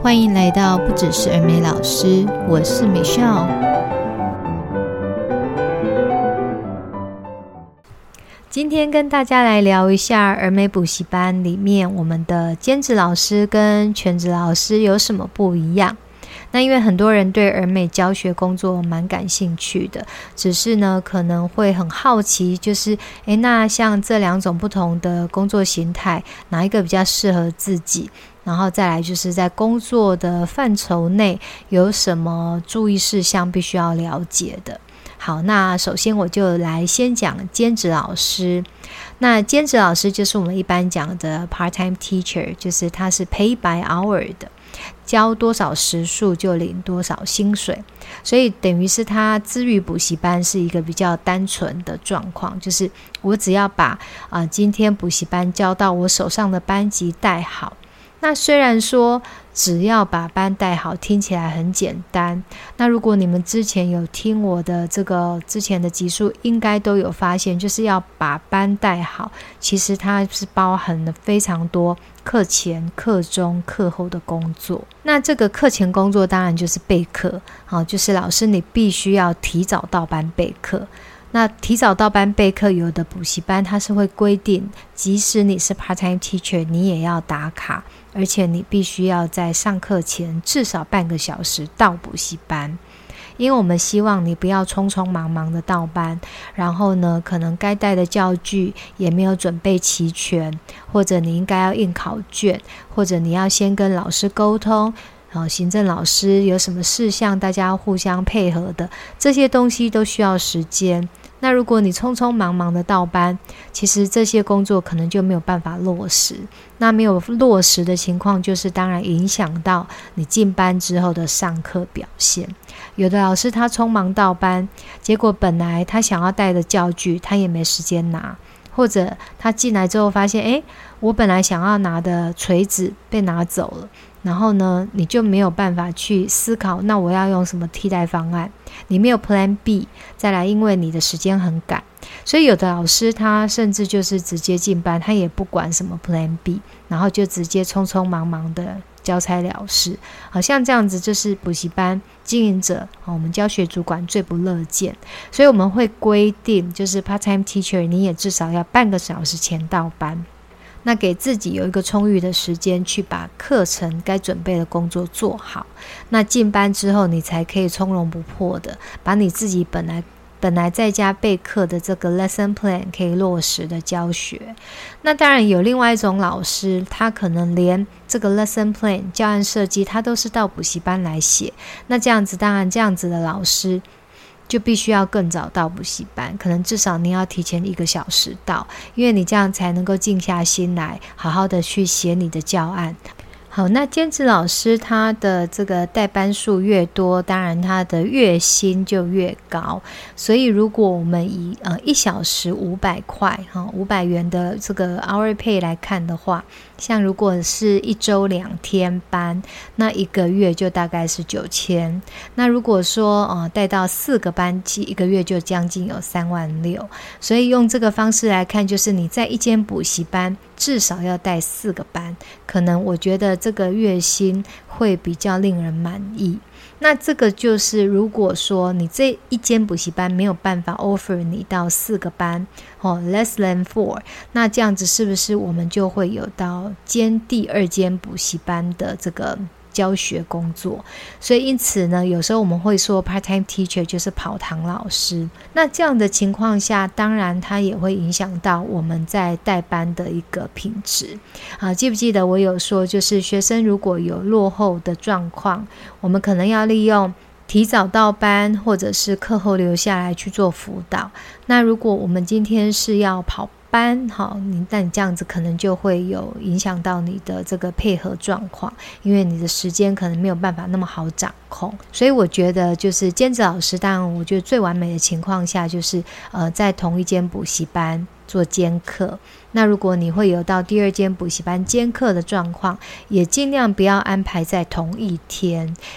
欢迎来到不只是儿美老师，我是 Michelle。今天跟大家来聊一下儿美补习班里面我们的兼职老师跟全职老师有什么不一样。那因为很多人对儿美教学工作蛮感兴趣的，只是呢可能会很好奇，就是那像这两种不同的工作形态，哪一个比较适合自己？然后再来就是在工作的范畴内有什么注意事项必须要了解的。好，那首先我就来先讲兼职老师。那兼职老师就是我们一般讲的 part-time teacher， 就是他是 pay by hour 的，教多少时数就领多少薪水，所以等于是他之于补习班是一个比较单纯的状况，就是我只要把今天补习班教到我手上的班级带好。那虽然说只要把班带好听起来很简单，那如果你们之前有听我的这个之前的集数，应该都有发现，就是要把班带好，其实它是包含了非常多课前、课中、课后的工作。那这个课前工作当然就是备课，就是老师你必须要提早到班备课。那提早到班备课，有的补习班它是会规定，即使你是 part-time teacher， 你也要打卡，而且你必须要在上课前至少半个小时到补习班。因为我们希望你不要匆匆忙忙的到班，然后呢可能该带的教具也没有准备齐全，或者你应该要印考卷，或者你要先跟老师沟通，行政老师有什么事项大家要互相配合的，这些东西都需要时间。那如果你匆匆忙忙的到班，其实这些工作可能就没有办法落实。那没有落实的情况，就是当然影响到你进班之后的上课表现。有的老师他匆忙到班，结果本来他想要带的教具他也没时间拿，或者他进来之后发现我本来想要拿的锤子被拿走了，然后呢你就没有办法去思考，那我要用什么替代方案，你没有 plan B。 再来因为你的时间很赶，所以有的老师他甚至就是直接进班，他也不管什么 plan B， 然后就直接匆匆忙忙的交差了事。好像这样子就是补习班经营者我们教学主管最不乐见，所以我们会规定，就是 part-time teacher 你也至少要半个小时前到班，那给自己有一个充裕的时间去把课程该准备的工作做好。那进班之后你才可以从容不迫的把你自己本来在家备课的这个 lesson plan 可以落实的教学。那当然有另外一种老师，他可能连这个 lesson plan 教案设计他都是到补习班来写，那这样子当然这样子的老师就必须要更早到补习班，可能至少你要提前1个小时到，因为你这样才能够静下心来好好的去写你的教案。好，那兼职老师他的这个带班数越多，当然他的月薪就越高。所以如果我们以1小时500块500元的这个 hour pay 来看的话，像如果是1周2天班，那1个月就大概是9000。那如果说带到4个班级，1个月就将近有36000。所以用这个方式来看，就是你在一间补习班至少要带4个班，可能我觉得这个月薪会比较令人满意。那这个就是如果说你这一间补习班没有办法 offer 你到4个班less than 4， 那这样子是不是我们就会有到兼第2间补习班的这个教学工作？所以因此呢，有时候我们会说 part-time teacher 就是跑堂老师。那这样的情况下，当然它也会影响到我们在带班的一个品质。记不记得我有说，就是学生如果有落后的状况，我们可能要利用提早到班或者是课后留下来去做辅导。那如果我们今天是要跑班那你这样子可能就会有影响到你的这个配合状况，因为你的时间可能没有办法那么好掌控。所以我觉得就是兼职老师，当然我觉得最完美的情况下就是在同一间补习班做兼课。那如果你会有到第2间补习班兼课的状况，也尽量不要安排在同一天。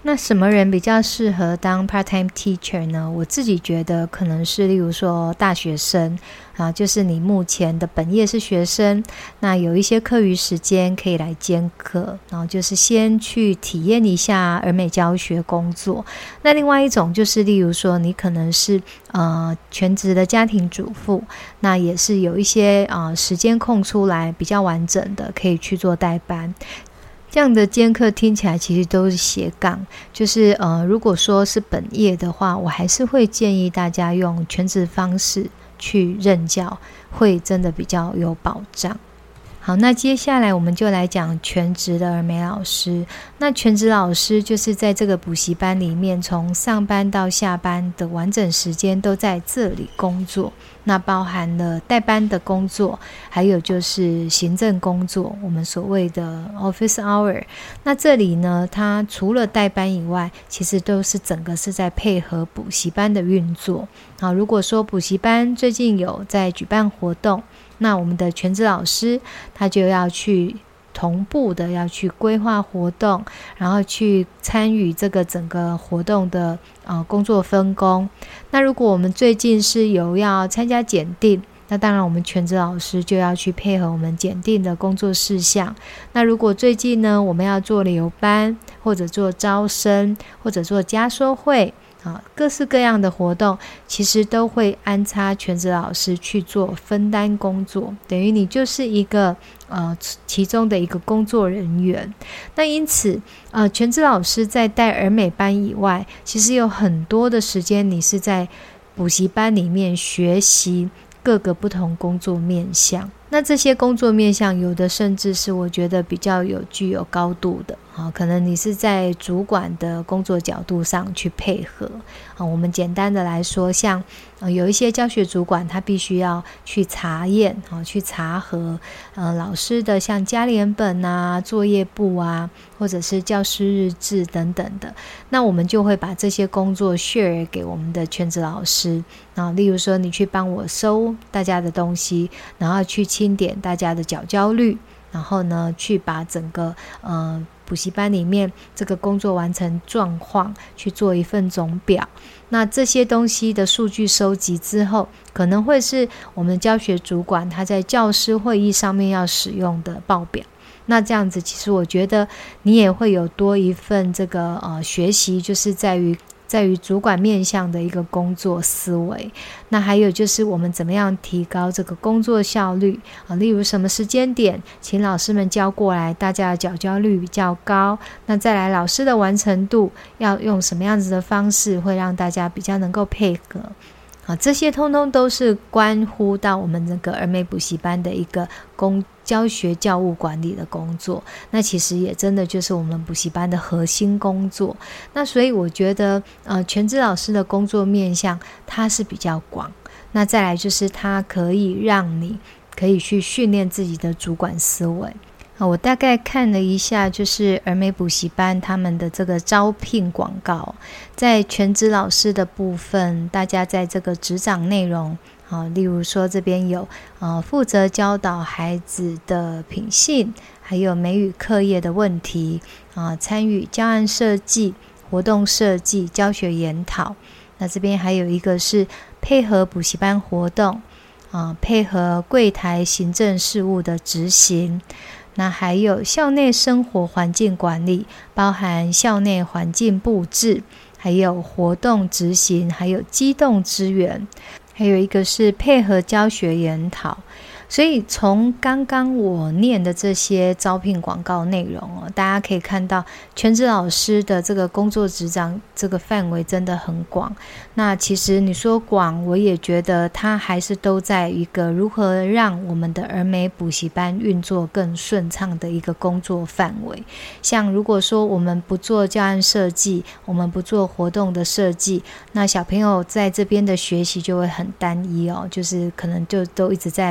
那什么人比较适合当 part-time teacher 呢？我自己觉得可能是例如说大学生就是你目前的本业是学生，那有一些课余时间可以来兼课，然后就是先去体验一下儿美教学工作。那另外一种就是例如说你可能是全职的家庭主妇，那也是有一些时间空出来比较完整的，可以去做代班。这样的兼课听起来其实都是斜杠，就是如果说是本业的话，我还是会建议大家用全职方式去任教，会真的比较有保障。好，那接下来我们就来讲全职的儿美老师。那全职老师就是在这个补习班里面，从上班到下班的完整时间都在这里工作，那包含了代班的工作，还有就是行政工作，我们所谓的 office hour。 那这里呢，它除了代班以外，其实都是整个是在配合补习班的运作。好，如果说补习班最近有在举办活动，那我们的全职老师他就要去同步的要去规划活动，然后去参与这个整个活动的工作分工。那如果我们最近是有要参加检定，那当然我们全职老师就要去配合我们检定的工作事项。那如果最近呢，我们要做留班，或者做招生，或者做家说会，各式各样的活动其实都会安插全职老师去做分担工作，等于你就是一个其中的一个工作人员。那因此全职老师在带儿美班以外，其实有很多的时间你是在补习班里面学习各个不同工作面向。那这些工作面向有的甚至是我觉得比较具有高度的，可能你是在主管的工作角度上去配合。我们简单的来说，像有一些教学主管他必须要去查验，去查核老师的像家联本啊、作业簿啊，或者是教师日志等等的。那我们就会把这些工作 share 给我们的全职老师，例如说你去帮我收大家的东西，然后去清点大家的缴交率，然后呢去把整个补习班里面这个工作完成状况去做一份总表。那这些东西的数据收集之后，可能会是我们教学主管他在教师会议上面要使用的报表。那这样子其实我觉得你也会有多一份这个学习，就是在于主管面向的一个工作思维。那还有就是我们怎么样提高这个工作效率例如什么时间点请老师们交过来，大家的缴交率比较高，那再来老师的完成度要用什么样子的方式会让大家比较能够配合这些通通都是关乎到我们那个儿美补习班的一个教学教务管理的工作。那其实也真的就是我们补习班的核心工作。那所以我觉得全职老师的工作面向它是比较广，那再来就是它可以让你可以去训练自己的主管思维。我大概看了一下就是儿美补习班他们的这个招聘广告，在全职老师的部分，大家在这个职掌内容例如说这边有负责教导孩子的品性，还有美语课业的问题参与教案设计、活动设计、教学研讨。那这边还有一个是配合补习班活动配合柜台行政事务的执行。那还有校内生活环境管理，包含校内环境布置，还有活动执行，还有机动支援，还有一个是配合教学研讨。所以从刚刚我念的这些招聘广告内容大家可以看到全职老师的这个工作职掌这个范围真的很广。那其实你说广，我也觉得它还是都在一个如何让我们的儿美补习班运作更顺畅的一个工作范围。像如果说我们不做教案设计，我们不做活动的设计，那小朋友在这边的学习就会很单一就是可能就都一直在课本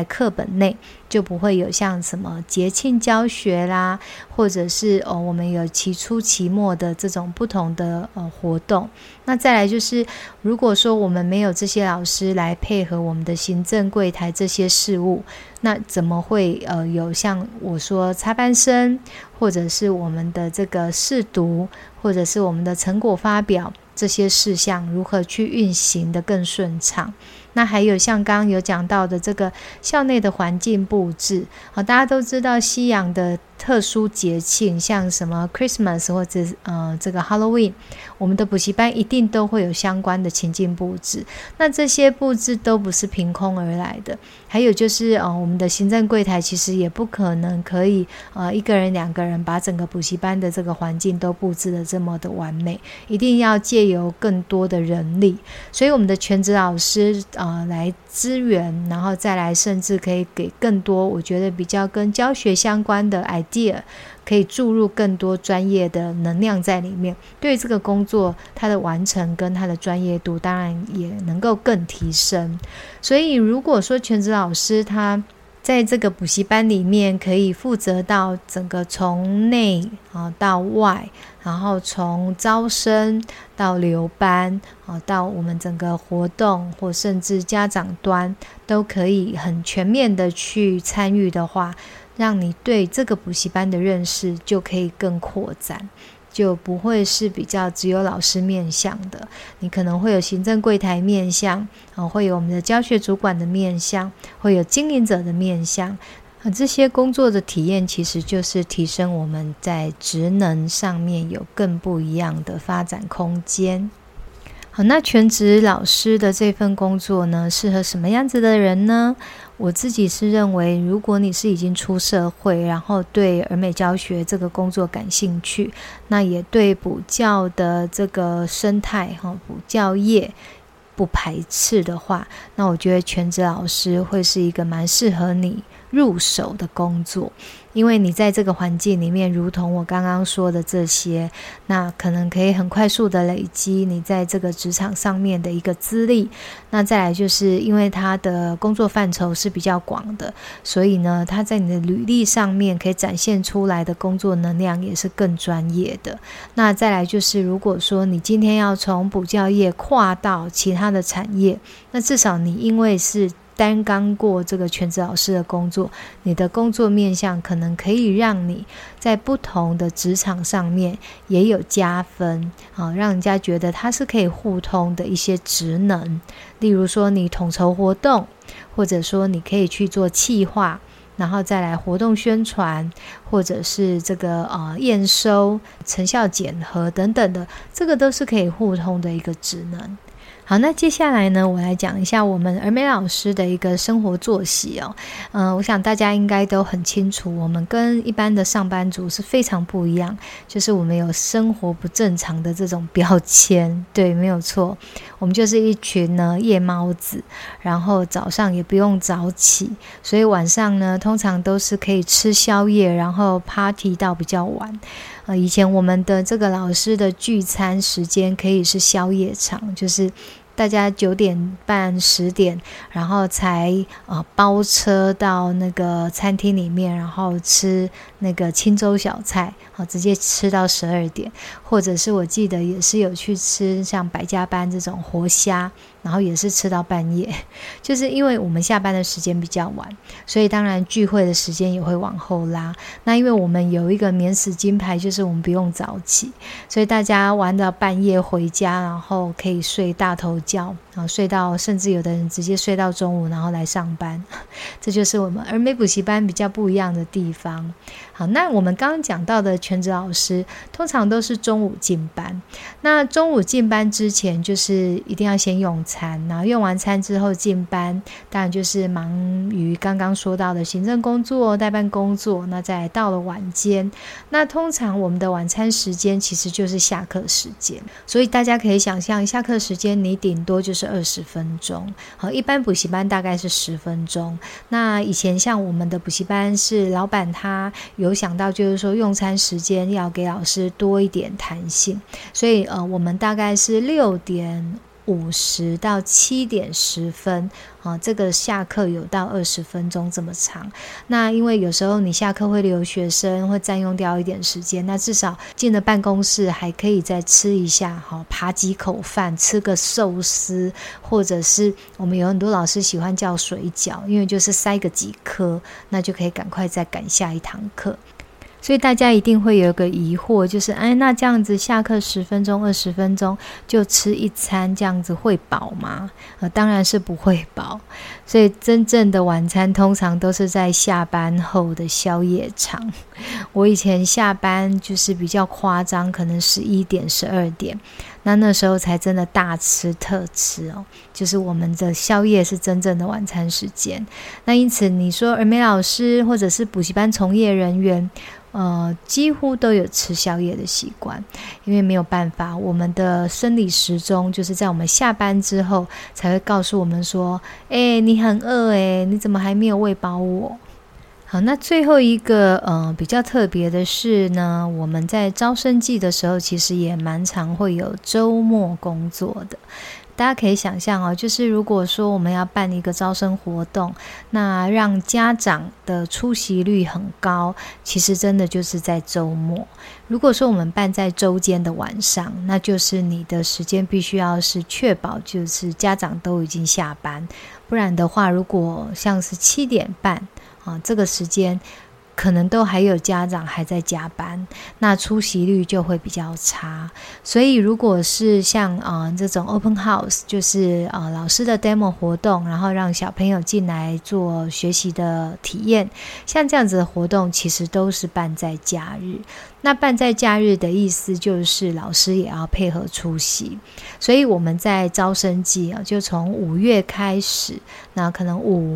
本内，就不会有像什么节庆教学啦，或者是我们有期初期末的这种不同的活动。那再来就是如果说我们没有这些老师来配合我们的行政柜台这些事务，那怎么会有像我说插班生，或者是我们的这个试读，或者是我们的成果发表这些事项如何去运行的更顺畅。那还有像刚刚有讲到的这个校内的环境布置，大家都知道西洋的特殊节庆，像什么 Christmas 或者这个 Halloween， 我们的补习班一定都会有相关的情境布置。那这些布置都不是凭空而来的。还有就是我们的行政柜台其实也不可能可以一个人两个人把整个补习班的这个环境都布置得这么的完美，一定要借由更多的人力。所以我们的全职老师来支援，然后再来甚至可以给更多我觉得比较跟教学相关的 idea， 可以注入更多专业的能量在里面，对这个工作它的完成跟它的专业度当然也能够更提升。所以如果说全职老师他在这个补习班里面可以负责到整个从内到外，然后从招生到留班到我们整个活动或甚至家长端都可以很全面的去参与的话，让你对这个补习班的认识就可以更扩展，就不会是比较只有老师面向的，你可能会有行政柜台面向，会有我们的教学主管的面向，会有经营者的面向，这些工作的体验其实就是提升我们在职能上面有更不一样的发展空间。好，那全职老师的这份工作呢，适合什么样子的人呢？我自己是认为，如果你是已经出社会，然后对儿美教学这个工作感兴趣，那也对补教的这个生态补教业不排斥的话，那我觉得全职老师会是一个蛮适合你入手的工作。因为你在这个环境里面，如同我刚刚说的这些，那可能可以很快速的累积你在这个职场上面的一个资历。那再来就是因为他的工作范畴是比较广的，所以呢他在你的履历上面可以展现出来的工作能量也是更专业的。那再来就是如果说你今天要从补教业跨到其他的产业，那至少你因为是担纲过这个全职老师的工作，你的工作面向可能可以让你在不同的职场上面也有加分，让人家觉得它是可以互通的一些职能。例如说你统筹活动，或者说你可以去做企划，然后再来活动宣传，或者是这个验收、成效检核等等的，这个都是可以互通的一个职能。好，那接下来呢，我来讲一下我们儿美老师的一个生活作息我想大家应该都很清楚，我们跟一般的上班族是非常不一样，就是我们有生活不正常的这种标签。对，没有错，我们就是一群呢夜猫子，然后早上也不用早起，所以晚上呢通常都是可以吃宵夜，然后 party 到比较晚。以前我们的这个老师的聚餐时间可以是宵夜场，就是大家9点半10点，然后才包车到那个餐厅里面，然后吃那个清粥小菜，直接吃到12点，或者是我记得也是有去吃像百家班这种活虾，然后也是吃到半夜。就是因为我们下班的时间比较晚，所以当然聚会的时间也会往后拉。那因为我们有一个免死金牌，就是我们不用早起，所以大家玩到半夜回家，然后可以睡大头觉，然后睡到甚至有的人直接睡到中午，然后来上班。这就是我们儿美补习班比较不一样的地方。好，那我们刚刚讲到的全职老师通常都是中午进班，那中午进班之前就是一定要先用餐，然后用完餐之后进班，当然就是忙于刚刚说到的行政工作、代办工作，那再来到了晚间，那通常我们的晚餐时间其实就是下课时间，所以大家可以想象下课时间你顶多就是20分钟，好，一般补习班大概是10分钟。那以前像我们的补习班是老板他有想到就是说用餐时间要给老师多一点弹性，所以我们大概是6点 5:50到7点10分这个下课有到20分钟这么长。那因为有时候你下课会留学生，会占用掉一点时间，那至少进了办公室还可以再吃一下扒几口饭，吃个寿司，或者是我们有很多老师喜欢叫水饺，因为就是塞个几颗，那就可以赶快再赶下一堂课。所以大家一定会有一个疑惑，就是那这样子下课10分钟20分钟就吃一餐，这样子会饱吗？当然是不会饱。所以真正的晚餐通常都是在下班后的宵夜场。我以前下班就是比较夸张，可能11点12点，那时候才真的大吃特吃就是我们的宵夜是真正的晚餐时间。那因此你说儿美老师或者是补习班从业人员几乎都有吃宵夜的习惯，因为没有办法，我们的生理时钟就是在我们下班之后才会告诉我们说你很饿你怎么还没有喂饱我。好，那最后一个比较特别的是呢，我们在招生季的时候其实也蛮常会有周末工作的。大家可以想象就是如果说我们要办一个招生活动，那让家长的出席率很高，其实真的就是在周末。如果说我们办在周间的晚上，那就是你的时间必须要是确保就是家长都已经下班，不然的话如果像是7点半这个时间可能都还有家长还在加班，那出席率就会比较差。所以如果是像这种 open house， 就是老师的 demo 活动，然后让小朋友进来做学习的体验，像这样子的活动其实都是办在假日。那办在假日的意思就是老师也要配合出席，所以我们在招生季就从5月开始，那可能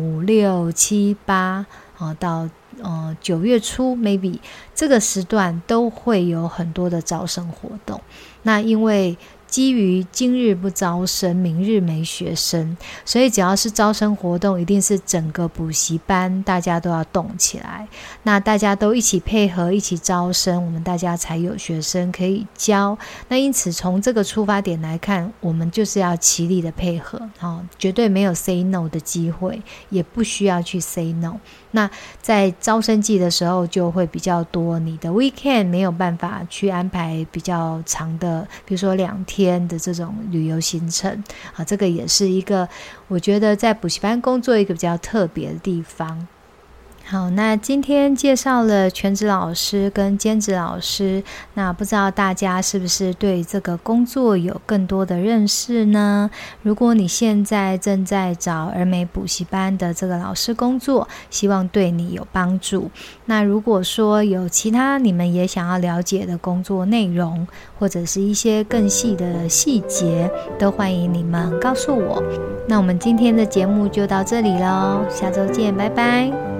5、6、7、8到9月初 maybe 这个时段都会有很多的招生活动。那因为基于今日不招生，明日没学生，所以只要是招生活动，一定是整个补习班大家都要动起来，那大家都一起配合一起招生，我们大家才有学生可以教。那因此从这个出发点来看，我们就是要齐力的配合绝对没有 say no 的机会，也不需要去 say no。那在招生季的时候就会比较多，你的 weekend 没有办法去安排比较长的，比如说2天的这种旅游行程这个也是一个我觉得在补习班工作一个比较特别的地方。好，那今天介绍了全职老师跟兼职老师，那不知道大家是不是对这个工作有更多的认识呢？如果你现在正在找儿美补习班的这个老师工作，希望对你有帮助。那如果说有其他你们也想要了解的工作内容，或者是一些更细的细节，都欢迎你们告诉我。那我们今天的节目就到这里咯，下周见，拜拜。